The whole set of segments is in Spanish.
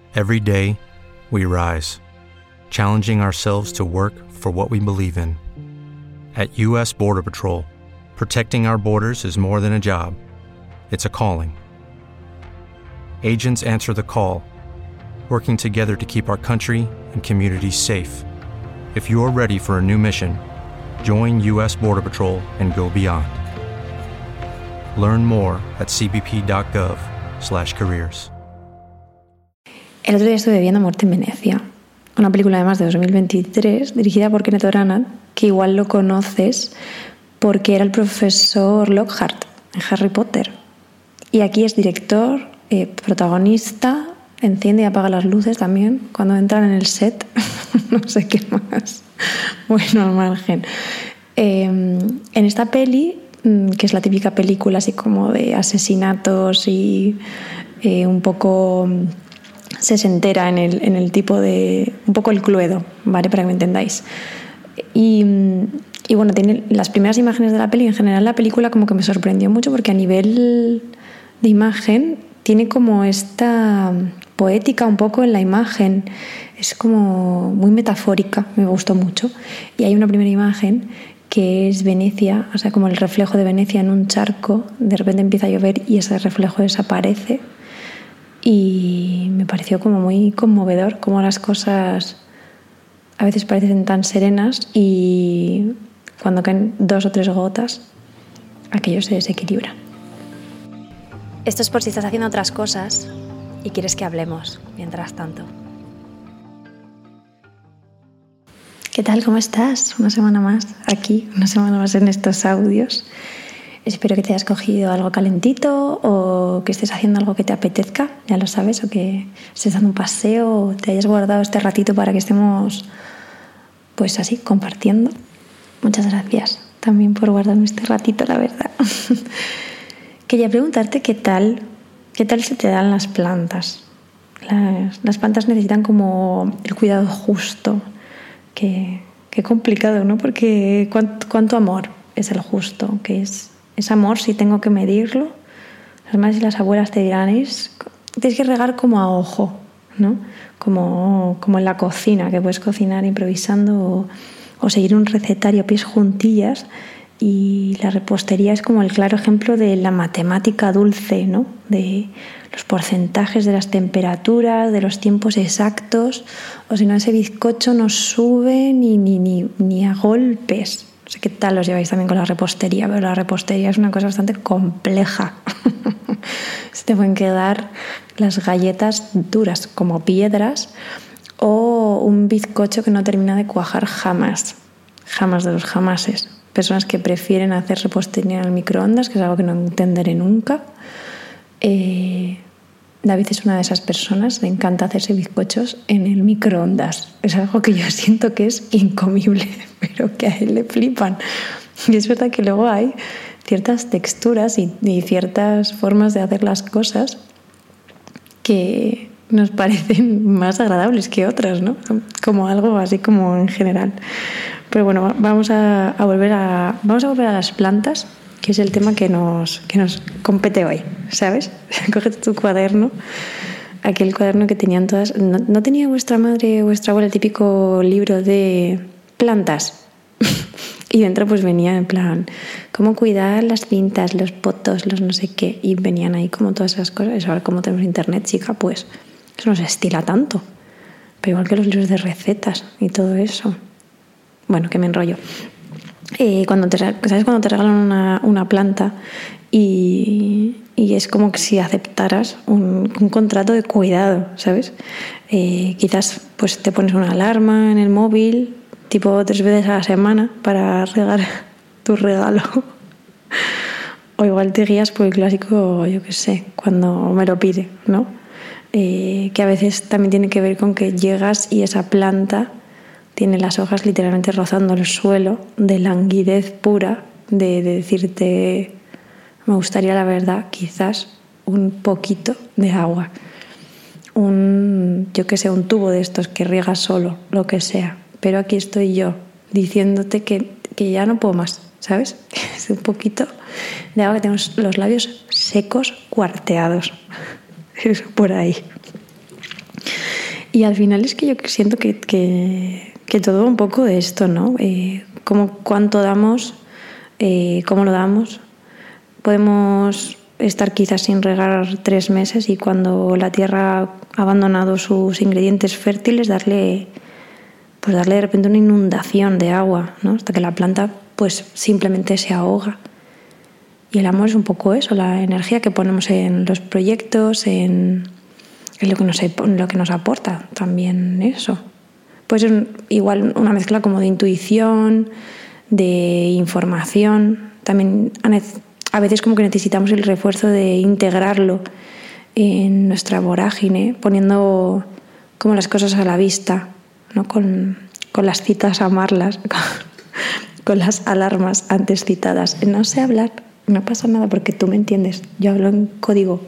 Every day, we rise, challenging ourselves to work for what we believe in. At U.S. Border Patrol, protecting our borders is more than a job. It's a calling. Agents answer the call, working together to keep our country and communities safe. If you're ready for a new mission, join U.S. Border Patrol and go beyond. Learn more at cbp.gov/careers. El otro día estuve viendo Muerte en Venecia, una película además de 2023 dirigida por Kenneth Branagh, que igual lo conoces porque era el profesor Lockhart en Harry Potter. Y aquí es director, protagonista, enciende y apaga las luces también cuando entran en el set. No sé qué más. Bueno, al margen. En esta peli, que es la típica película así como de asesinatos y un poco sesentera en el tipo de... un poco el Cluedo, ¿vale? Para que me entendáis. Y bueno, tiene las primeras imágenes de la peli. En general la película como que me sorprendió mucho porque a nivel de imagen tiene como esta poética un poco en la imagen. Es como muy metafórica, me gustó mucho. Y hay una primera imagen que es Venecia, o sea, como el reflejo de Venecia en un charco. De repente empieza a llover y ese reflejo desaparece. Y me pareció como muy conmovedor cómo las cosas a veces parecen tan serenas y cuando caen 2 o 3 gotas aquello se desequilibra. Esto es por si estás haciendo otras cosas y quieres que hablemos mientras tanto. ¿Qué tal? ¿Cómo estás? Una semana más aquí, una semana más en estos audios. Espero que te hayas cogido algo calentito o que estés haciendo algo que te apetezca, ya lo sabes, o que estés dando un paseo o te hayas guardado este ratito para que estemos pues así, compartiendo. Muchas gracias también por guardarme este ratito, la verdad. Quería preguntarte qué tal se te dan las plantas. Las plantas necesitan como el cuidado justo. Qué complicado, ¿no? Porque cuánto amor es el justo, que es amor si tengo que medirlo. Las madres y las abuelas te dirán, tienes que regar como a ojo, ¿no? Como en la cocina, que puedes cocinar improvisando o seguir un recetario a pies juntillas. Y la repostería es como el claro ejemplo de la matemática dulce, ¿no? De los porcentajes de las temperaturas, de los tiempos exactos, o si no ese bizcocho no sube ni a golpes. No sé qué tal os lleváis también con la repostería, pero la repostería es una cosa bastante compleja. Se te pueden quedar las galletas duras como piedras o un bizcocho que no termina de cuajar jamás de los jamases. Personas que prefieren hacer repostería en el microondas, que es algo que no entenderé nunca. David es una de esas personas, le encanta hacerse bizcochos en el microondas. Es algo que yo siento que es incomible, pero que a él le flipan. Y es verdad que luego hay ciertas texturas y ciertas formas de hacer las cosas que nos parecen más agradables que otras, ¿no? Como algo así como en general. Pero bueno, vamos a volver a las plantas, que es el tema que nos compete hoy, ¿sabes? Cógete tu cuaderno, aquel cuaderno que tenían todas. ¿No tenía vuestra madre o vuestra abuela el típico libro de plantas? Y dentro pues venía en plan, cómo cuidar las cintas, los potos, los no sé qué. Y venían ahí como todas esas cosas. Ahora como tenemos internet, chica, pues eso no se estila tanto. Pero igual que los libros de recetas y todo eso. Bueno, que me enrollo. ¿Sabes cuando te regalan una planta y es como que si aceptaras un contrato de cuidado, ¿sabes? Quizás pues te pones una alarma en el móvil, tipo 3 veces a la semana para regar tu regalo. O igual te guías por el clásico, yo qué sé, cuando me lo pide, ¿no? Que a veces también tiene que ver con que llegas y esa planta tiene las hojas literalmente rozando el suelo, de languidez pura, de decirte, me gustaría la verdad, quizás un poquito de agua. Yo qué sé, un tubo de estos que riega solo, lo que sea. Pero aquí estoy yo, diciéndote que ya no puedo más, ¿sabes? Es un poquito de agua, que tengo los labios secos, cuarteados. Eso por ahí. Y al final es que yo siento que todo un poco de esto, ¿no? Cuánto damos, cómo lo damos. Podemos estar quizás sin regar 3 meses y cuando la tierra ha abandonado sus ingredientes fértiles darle de repente una inundación de agua, ¿no? Hasta que la planta pues simplemente se ahoga. Y el amor es un poco eso, la energía que ponemos en los proyectos, en lo que nos aporta también eso. Pues es igual una mezcla como de intuición, de información. También a veces como que necesitamos el refuerzo de integrarlo en nuestra vorágine, poniendo como las cosas a la vista, ¿no? Con las citas amarlas, con las alarmas antes citadas. No sé hablar, no pasa nada porque tú me entiendes. Yo hablo en código.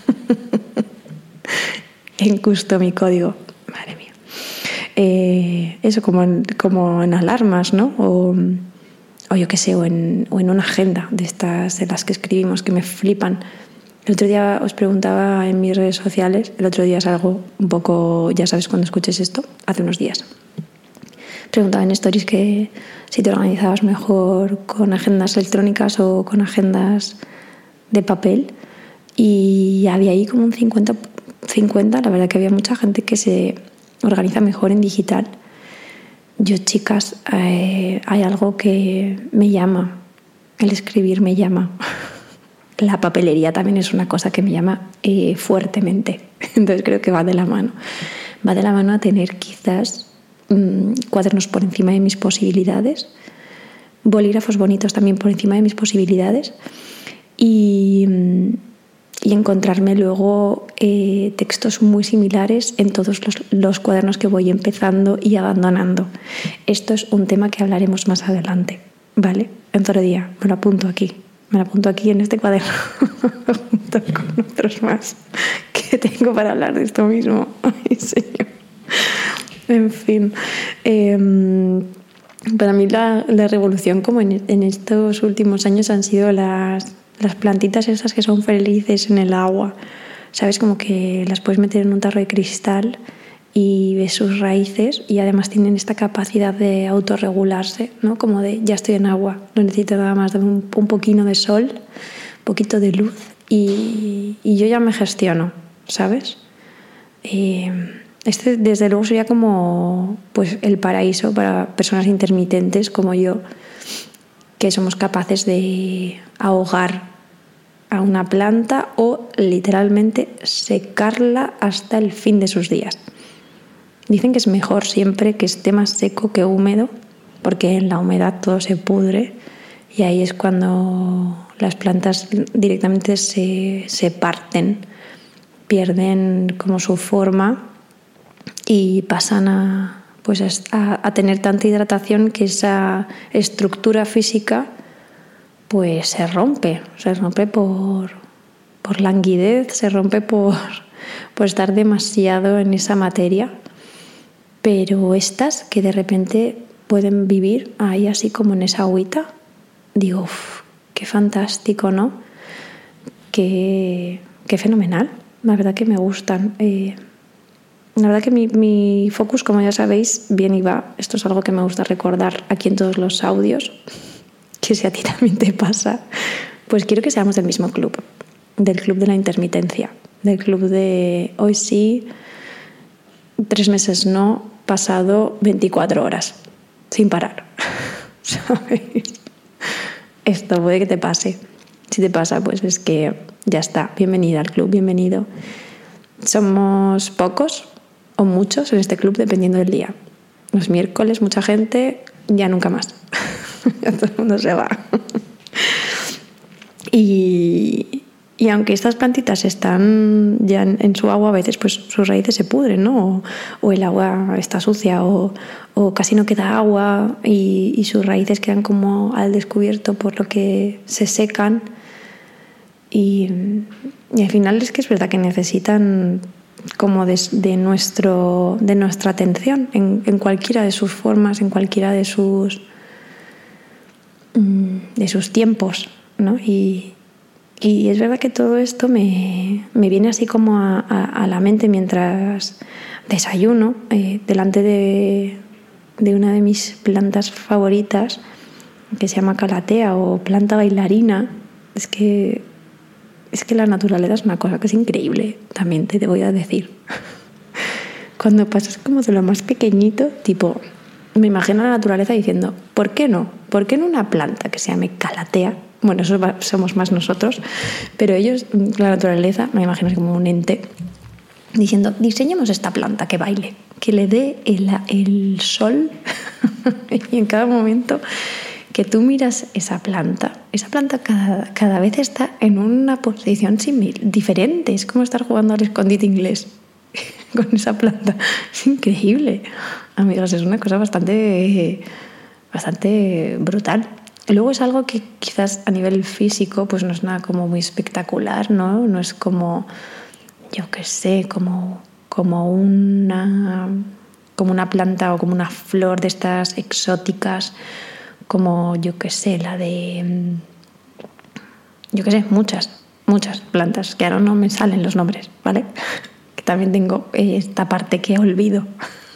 En custom código. Madre mía. Eso como en alarmas, ¿no? O yo qué sé, o en una agenda de estas de las que escribimos que me flipan. El otro día os preguntaba en mis redes sociales, el otro día es algo un poco, ya sabes cuando escuches esto, hace unos días. Preguntaba en stories que si te organizabas mejor con agendas electrónicas o con agendas de papel, y había ahí como un 50, la verdad que había mucha gente que se organiza mejor en digital. Yo, chicas, hay algo que me llama, el escribir me llama. La papelería también es una cosa que me llama fuertemente. Entonces creo que va de la mano. Va de la mano a tener quizás cuadernos por encima de mis posibilidades, bolígrafos bonitos también por encima de mis posibilidades y encontrarme luego textos muy similares en todos los cuadernos que voy empezando y abandonando. Esto es un tema que hablaremos más adelante, ¿vale? Otro día, me lo apunto aquí en este cuaderno junto con otros más que tengo para hablar de esto mismo. Ay, señor. En fin, para mí la revolución como en estos últimos años han sido las plantitas esas que son felices en el agua, ¿sabes? Como que las puedes meter en un tarro de cristal y ves sus raíces y además tienen esta capacidad de autorregularse, ¿no? Como de ya estoy en agua, no necesito nada más de un poquito de sol, un poquito de luz y yo ya me gestiono, ¿sabes? Este desde luego sería como pues el paraíso para personas intermitentes como yo, que somos capaces de ahogar a una planta o literalmente secarla hasta el fin de sus días. Dicen que es mejor siempre que esté más seco que húmedo, porque en la humedad todo se pudre y ahí es cuando las plantas directamente se parten, pierden como su forma y pasan a tener tanta hidratación que esa estructura física pues se rompe por languidez, se rompe por estar demasiado en esa materia. Pero estas que de repente pueden vivir ahí así como en esa agüita, digo, uf, qué fantástico, ¿no? Qué fenomenal, la verdad que me gustan. La verdad que mi focus, como ya sabéis, bien y va. Esto es algo que me gusta recordar aquí en todos los audios, que si a ti también te pasa, pues quiero que seamos del mismo club, del club de la intermitencia, del club de hoy sí, 3 meses no, pasado 24 horas, sin parar, ¿sabéis? Esto puede que te pase. Si te pasa, pues es que ya está, bienvenida al club, bienvenido. Somos pocos o muchos en este club dependiendo del día. Los miércoles mucha gente, ya nunca más. Ya todo el mundo se va. Y aunque estas plantitas están ya en su agua, a veces pues sus raíces se pudren, ¿no? O el agua está sucia o casi no queda agua y sus raíces quedan como al descubierto por lo que se secan. Y al final es que es verdad que necesitan como de nuestra atención en cualquiera de sus formas, en cualquiera de sus tiempos, ¿no? Y Y es verdad que todo esto me viene así como a la mente mientras desayuno, delante de una de mis plantas favoritas, que se llama calatea o planta bailarina. Es que la naturaleza es una cosa que es increíble, también te voy a decir. Cuando pasas como de lo más pequeñito, tipo, me imagino a la naturaleza diciendo, ¿por qué no? ¿Por qué no una planta que se llame calatea? Bueno, eso somos más nosotros, pero ellos, la naturaleza, me imagino como un ente, diciendo, diseñemos esta planta que baile, que le dé el sol y en cada momento que tú miras esa planta cada vez está en una posición diferente. Es como estar jugando al escondite inglés con esa planta. Es increíble. Amigos, es una cosa bastante brutal. Luego es algo que quizás a nivel físico pues no es nada como muy espectacular, ¿no? No es como, yo qué sé, como una planta o como una flor de estas exóticas, como, yo qué sé, la de, yo qué sé, muchas plantas, que ahora no me salen los nombres, ¿vale? Que también tengo esta parte que olvido.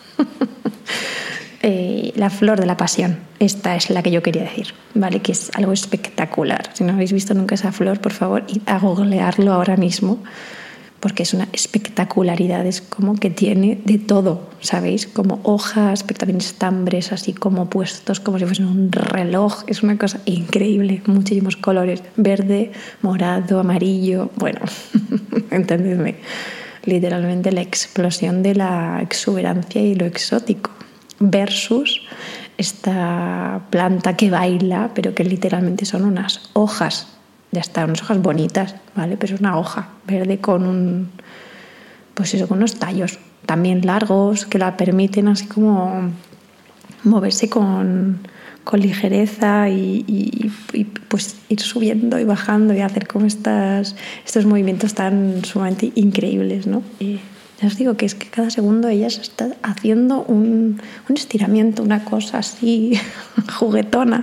La flor de la pasión, esta es la que yo quería decir, ¿vale? Que es algo espectacular. Si no habéis visto nunca esa flor, por favor, id a googlearlo ahora mismo, porque es una espectacularidad, es como que tiene de todo, ¿sabéis? Como hojas, pero también estambres así como puestos, como si fuesen un reloj. Es una cosa increíble, muchísimos colores, verde, morado, amarillo, bueno, entendedme, literalmente la explosión de la exuberancia y lo exótico, versus esta planta que baila, pero que literalmente son unas hojas. Ya está, unas hojas bonitas, ¿vale? Pero es una hoja verde con con unos tallos también largos que la permiten así como moverse con ligereza y pues ir subiendo y bajando y hacer como estos movimientos tan sumamente increíbles, ¿no? Y ya os digo que es que cada segundo ella se está haciendo un estiramiento, una cosa así juguetona.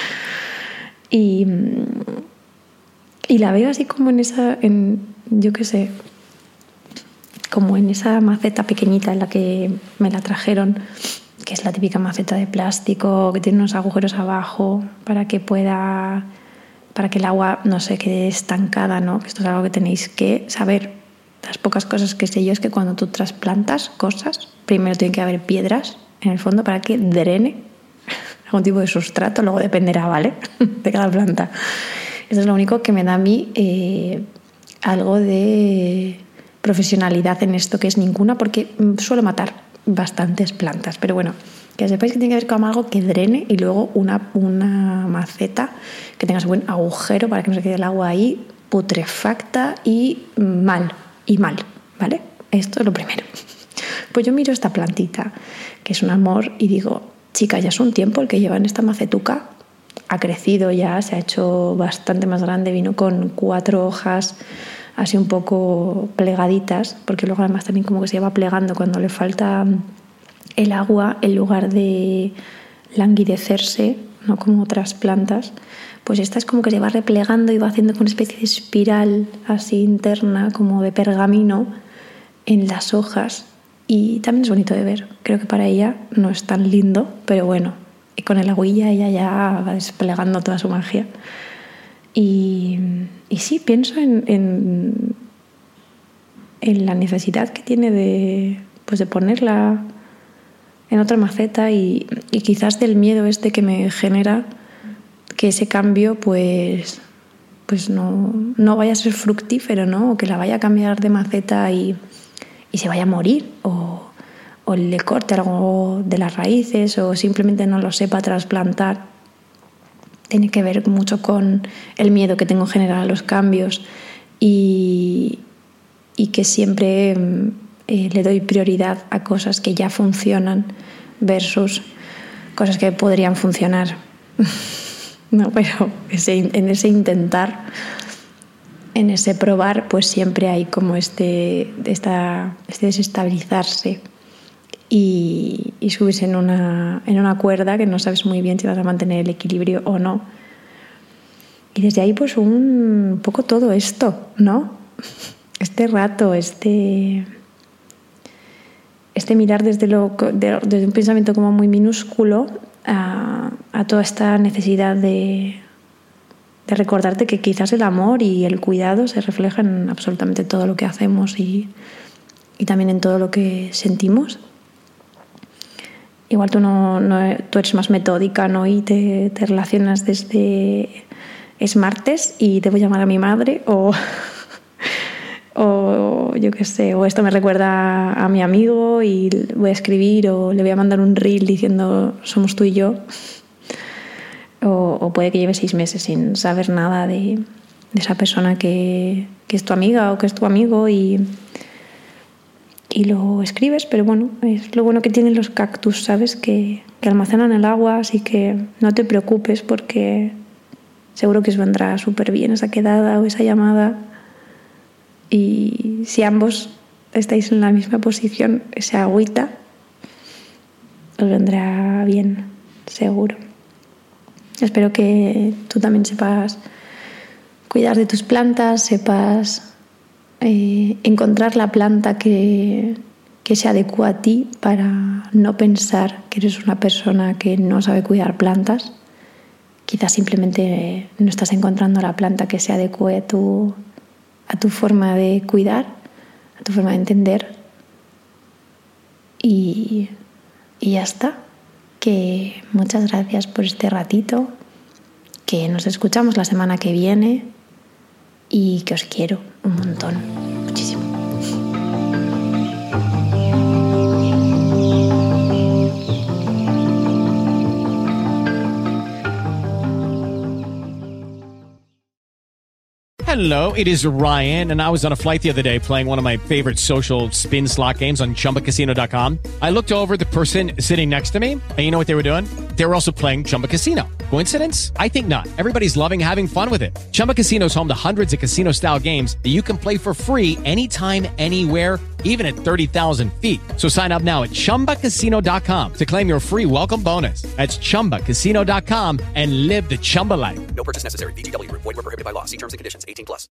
Y la veo así como yo qué sé, como en esa maceta pequeñita en la que me la trajeron, que es la típica maceta de plástico, que tiene unos agujeros abajo para que el agua no se quede estancada, ¿no? Que esto es algo que tenéis que saber. Las pocas cosas que sé yo es que cuando tú trasplantas cosas, primero tiene que haber piedras en el fondo para que drene algún tipo de sustrato, luego dependerá, ¿vale? De cada planta. Eso es lo único que me da a mí algo de profesionalidad en esto, que es ninguna, porque suelo matar bastantes plantas. Pero bueno, que sepáis que tiene que ver con algo que drene y luego una maceta que tenga su buen agujero para que no se quede el agua ahí putrefacta y mal, ¿vale? Esto es lo primero. Pues yo miro esta plantita, que es un amor, y digo, chica, ya es un tiempo el que lleva en esta macetuca. Ha crecido ya, se ha hecho bastante más grande, vino con 4 hojas así un poco plegaditas, porque luego además también como que se va plegando cuando le falta el agua, en lugar de languidecerse, no como otras plantas, pues esta es como que se va replegando y va haciendo una especie de espiral así interna, como de pergamino en las hojas, y también es bonito de ver. Creo que para ella no es tan lindo, pero bueno, y con el agüilla ella ya va desplegando toda su magia. Y sí, pienso en la necesidad que tiene de ponerla en otra maceta y quizás del miedo que me genera que ese cambio pues no vaya a ser fructífero, ¿no? O que la vaya a cambiar de maceta y se vaya a morir o le corte algo de las raíces o simplemente no lo sepa trasplantar. Tiene que ver mucho con el miedo que tengo en general a los cambios y que siempre le doy prioridad a cosas que ya funcionan versus cosas que podrían funcionar. No, pero en ese intentar, en ese probar, pues siempre hay como este desestabilizarse y subirse en una cuerda que no sabes muy bien si vas a mantener el equilibrio o no. Y desde ahí pues un poco todo esto, ¿no? Este rato, este mirar desde un pensamiento como muy minúsculo a toda esta necesidad de recordarte que quizás el amor y el cuidado se reflejan en absolutamente todo lo que hacemos y también en todo lo que sentimos. Igual tú eres más metódica, ¿no? Y te relacionas desde es martes y debo llamar a mi madre o yo qué sé, o esto me recuerda a mi amigo y voy a escribir o le voy a mandar un reel diciendo somos tú y yo. O puede que lleve 6 meses sin saber nada de esa persona que es tu amiga o que es tu amigo y lo escribes, pero bueno, es lo bueno que tienen los cactus, ¿sabes? Que almacenan el agua, así que no te preocupes porque seguro que os vendrá súper bien esa quedada o esa llamada. Y si ambos estáis en la misma posición, esa agüita os vendrá bien, seguro. Espero que tú también sepas cuidar de tus plantas, sepas encontrar la planta que se adecua a ti para no pensar que eres una persona que no sabe cuidar plantas. Quizás simplemente no estás encontrando la planta que se adecue a tu forma de cuidar, a tu forma de entender. Y ya está. Que muchas gracias por este ratito, que nos escuchamos la semana que viene y que os quiero un montón, muchísimo. Hello, it is Ryan, and I was on a flight the other day playing one of my favorite social spin slot games on ChumbaCasino.com. I looked over at the person sitting next to me, and you know what they were doing? They were also playing Chumba Casino. Coincidence? I think not. Everybody's loving having fun with it. Chumba Casino is home to hundreds of casino-style games that you can play for free anytime, anywhere, even at 30,000 feet. So sign up now at ChumbaCasino.com to claim your free welcome bonus. That's ChumbaCasino.com and live the Chumba life. No purchase necessary. VGW. Void where prohibited by law. See terms and conditions. 18+.